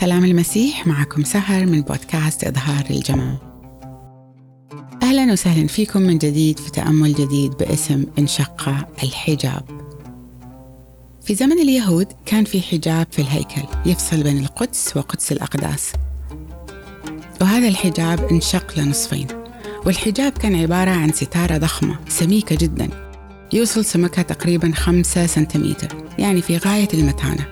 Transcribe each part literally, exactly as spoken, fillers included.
سلام المسيح، معكم سهر من بودكاست إظهار الجمال. أهلا وسهلا فيكم من جديد في تأمل جديد باسم انشق الحجاب. في زمن اليهود كان في حجاب في الهيكل يفصل بين القدس وقدس الأقداس، وهذا الحجاب انشق لنصفين، والحجاب كان عبارة عن ستارة ضخمة سميكة جدا يوصل سمكها تقريبا خمسة سنتيمتر، يعني في غاية المتانة،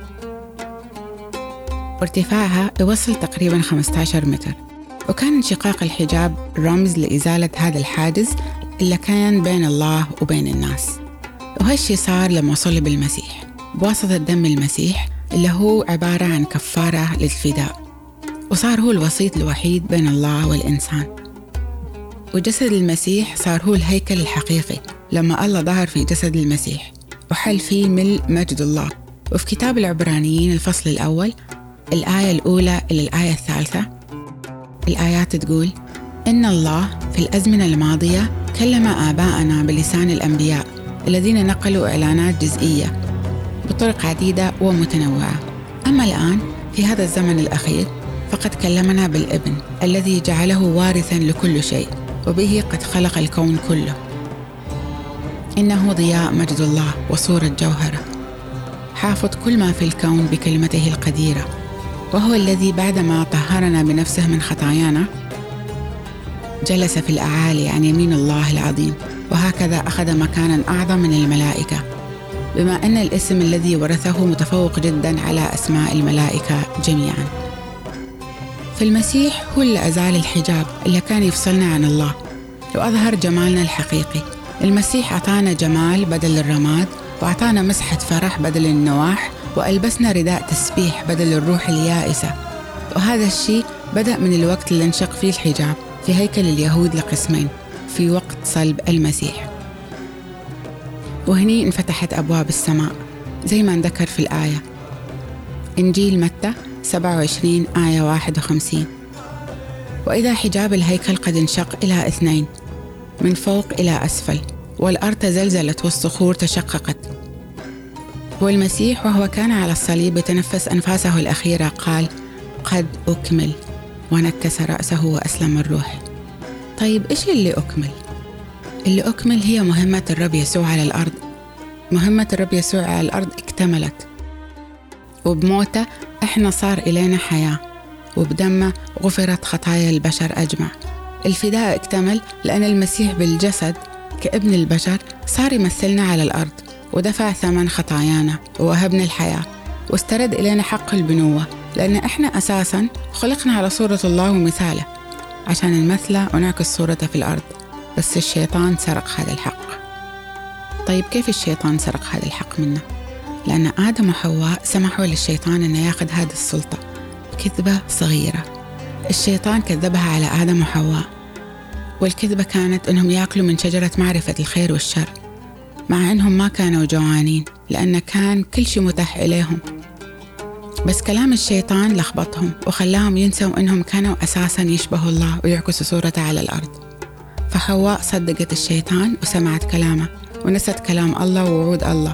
وارتفاعها يوصل تقريبا خمسة عشر متر. وكان انشقاق الحجاب رمز لإزالة هذا الحاجز اللي كان بين الله وبين الناس. وهالشي صار لما صلب المسيح بواسطة دم المسيح اللي هو عبارة عن كفارة للفداء، وصار هو الوسيط الوحيد بين الله والإنسان. وجسد المسيح صار هو الهيكل الحقيقي لما الله ظهر في جسد المسيح وحل فيه ملء مجد الله. وفي كتاب العبرانيين الفصل الأول الآية الأولى إلى الآية الثالثة، الآيات تقول: إن الله في الأزمنة الماضية كلم آباءنا بلسان الأنبياء الذين نقلوا إعلانات جزئية بطرق عديدة ومتنوعة. أما الآن في هذا الزمن الأخير فقد كلمنا بالابن الذي جعله وارثا لكل شيء، وبه قد خلق الكون كله. إنه ضياء مجد الله وصورة جوهرة، حافظ كل ما في الكون بكلمته القديرة، وهو الذي بعدما طهرنا بنفسه من خطايانا جلس في الأعالي عن يمين الله العظيم، وهكذا أخذ مكانا أعظم من الملائكة، بما أن الاسم الذي ورثه متفوق جدا على أسماء الملائكة جميعا. فالمسيح هو اللي أزال الحجاب اللي كان يفصلنا عن الله وأظهر جمالنا الحقيقي. المسيح أعطانا جمال بدل الرماد، وأعطانا مسحة فرح بدل النواح، وألبسنا رداء تسبيح بدل الروح اليائسة. وهذا الشيء بدأ من الوقت اللي انشق فيه الحجاب في هيكل اليهود لقسمين في وقت صلب المسيح. وهني انفتحت أبواب السماء زي ما نذكر في الآية إنجيل متى سبعة وعشرين آية واحد وخمسين: وإذا حجاب الهيكل قد انشق إلى اثنين من فوق إلى أسفل، والأرض تزلزلت والصخور تشققت. والمسيح وهو كان على الصليب يتنفس أنفاسه الأخيرة قال: قد أكمل، ونكس رأسه وأسلم الروح. طيب إيش اللي أكمل؟ اللي أكمل هي مهمة الرب يسوع على الأرض. مهمة الرب يسوع على الأرض اكتملت، وبموته إحنا صار إلينا حياة، وبدمه غفرت خطايا البشر أجمع. الفداء اكتمل لأن المسيح بالجسد كابن البشر صار يمثلنا على الأرض، ودفع ثمن خطايانا ووهبنا الحياة، واسترد إلينا حق البنوة، لأن إحنا أساساً خلقنا على صورة الله ومثاله عشان نمثله ونعكس صورته في الأرض. بس الشيطان سرق هذا الحق. طيب كيف الشيطان سرق هذا الحق منا؟ لأن آدم وحواء سمحوا للشيطان أن يأخذ هذه السلطة كذبة صغيرة. الشيطان كذبها على آدم وحواء، والكذبة كانت أنهم يأكلوا من شجرة معرفة الخير والشر، مع أنهم ما كانوا جوعانين لأن كان كل شيء متاح إليهم. بس كلام الشيطان لخبطهم وخلاهم ينسوا أنهم كانوا أساساً يشبهوا الله ويعكسوا صورته على الأرض. فحواء صدقت الشيطان وسمعت كلامه ونست كلام الله ووعود الله،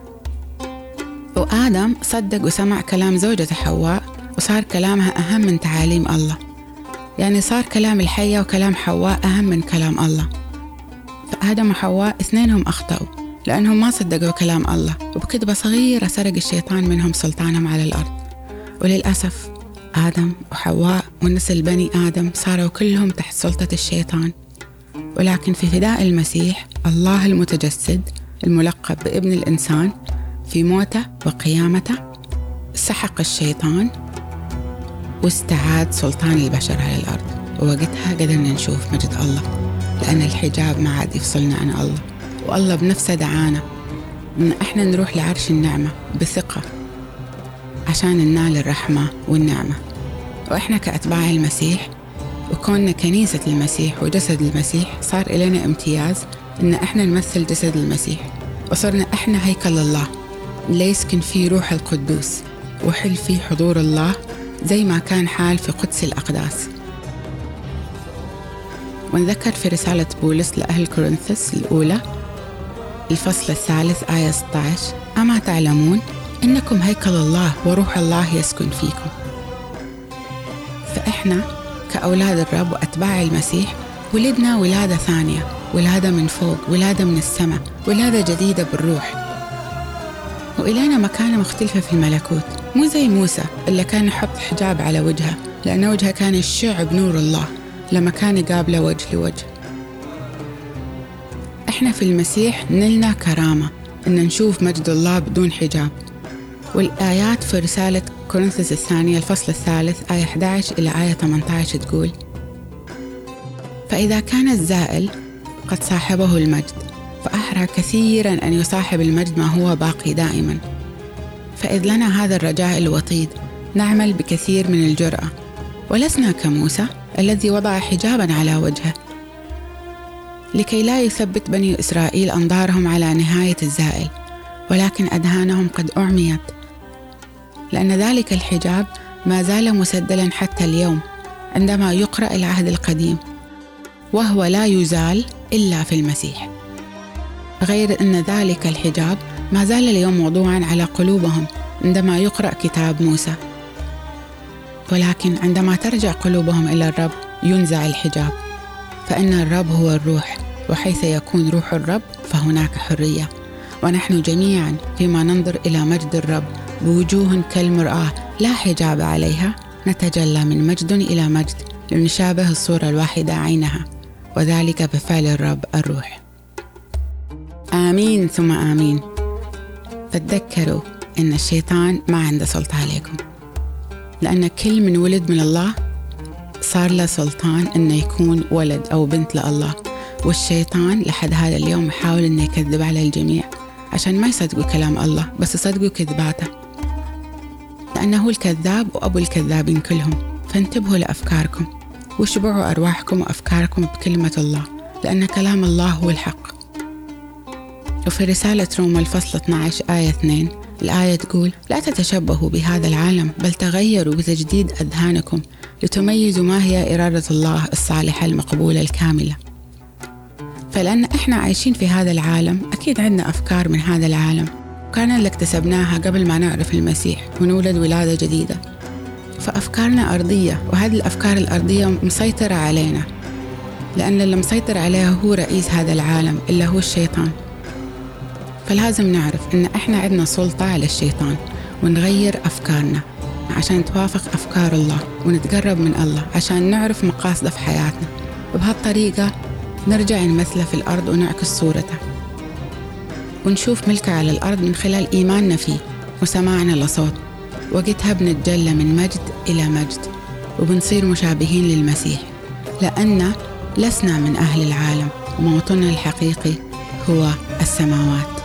وآدم صدق وسمع كلام زوجته حواء وصار كلامها أهم من تعاليم الله. يعني صار كلام الحية وكلام حواء أهم من كلام الله. فآدم وحواء اثنينهم أخطأوا لأنهم ما صدقوا كلام الله، وبكذبة صغيرة سرق الشيطان منهم سلطانهم على الأرض. وللأسف آدم وحواء ونسل بني آدم صاروا كلهم تحت سلطة الشيطان. ولكن في فداء المسيح الله المتجسد الملقب بابن الإنسان في موته وقيامته سحق الشيطان واستعاد سلطان البشر على الأرض. ووقتها قدرنا نشوف مجد الله، لأن الحجاب ما عاد يفصلنا عن الله، والله بنفسه دعانا إن إحنا نروح لعرش النعمة بثقة عشان ننال الرحمة والنعمة. وإحنا كأتباع المسيح وكوننا كنيسة المسيح وجسد المسيح صار إلينا امتياز إن إحنا نمثل جسد المسيح، وصرنا إحنا هيكل الله اللي يسكن فيه روح القدوس وحل فيه حضور الله زي ما كان حال في قدس الأقداس. ونذكر في رسالة بولس لأهل كورنثوس الأولى الفصل الثالث آية ستة عشر: أما تعلمون إنكم هيكل الله وروح الله يسكن فيكم. إحنا كأولاد الرب وأتباع المسيح ولدنا ولادة ثانية، ولادة من فوق، ولادة من السماء، ولادة جديدة بالروح، وإلينا مكانة مختلفة في الملكوت. مو زي موسى اللي كان يحط حجاب على وجهه لأن وجهه كان يشع بنور الله لما كان يقابله وجه لوجه. إحنا في المسيح نلنا كرامة إن نشوف مجد الله بدون حجاب. والآيات في رسالة كورنثوس الثانية الفصل الثالث آية أحد عشر إلى آية ثمانية عشر تقول: فإذا كان الزائل قد صاحبه المجد فأحرى كثيرا أن يصاحب المجد ما هو باقي دائما. فإذ لنا هذا الرجاء الوطيد نعمل بكثير من الجرأة، ولسنا كموسى الذي وضع حجابا على وجهه لكي لا يثبت بني إسرائيل أنظارهم على نهاية الزائل، ولكن أذهانهم قد أعميت، لأن ذلك الحجاب ما زال مسدلا حتى اليوم عندما يقرأ العهد القديم، وهو لا يزال إلا في المسيح. غير أن ذلك الحجاب ما زال اليوم موضوعا على قلوبهم عندما يقرأ كتاب موسى، ولكن عندما ترجع قلوبهم إلى الرب ينزع الحجاب، فإن الرب هو الروح، وحيث يكون روح الرب فهناك حرية. ونحن جميعا فيما ننظر إلى مجد الرب بوجوه كالمرآة لا حجاب عليها نتجلى من مجد إلى مجد لنشابه الصورة الواحدة عينها، وذلك بفعل الرب الروح. آمين ثم آمين. فتذكروا إن الشيطان ما عنده سلطة عليكم، لأن كل من ولد من الله صار له سلطان إنه يكون ولد أو بنت لله، والشيطان لحد هذا اليوم يحاول إنه يكذب على الجميع عشان ما يصدقوا كلام الله، بس يصدقوا كذباته، لأنه هو الكذاب وأبو الكذابين كلهم. فانتبهوا لأفكاركم واشبعوا أرواحكم وأفكاركم بكلمة الله، لأن كلام الله هو الحق. وفي رسالة روما الفصل اثنا عشر آية اثنين الآية تقول: لا تتشبهوا بهذا العالم بل تغيروا بتجديد أذهانكم لتميزوا ما هي إرادة الله الصالحة المقبولة الكاملة. فلأن إحنا عايشين في هذا العالم أكيد عندنا أفكار من هذا العالم، وكان اللي اكتسبناها قبل ما نعرف المسيح ونولد ولادة جديدة. فأفكارنا أرضية، وهذه الأفكار الأرضية مسيطرة علينا، لأن اللي مسيطر عليها هو رئيس هذا العالم اللي هو الشيطان. فلازم نعرف إن إحنا عندنا سلطة على الشيطان ونغير أفكارنا عشان توافق أفكار الله ونتقرب من الله عشان نعرف مقاصده في حياتنا، وبهالطريقة نرجع نمثله في الأرض ونعكس صورته ونشوف ملكه على الأرض من خلال إيماننا فيه وسماعنا لصوت. وقتها بنتجلى من مجد إلى مجد وبنصير مشابهين للمسيح، لأن لسنا من أهل العالم وموطننا الحقيقي هو السماوات.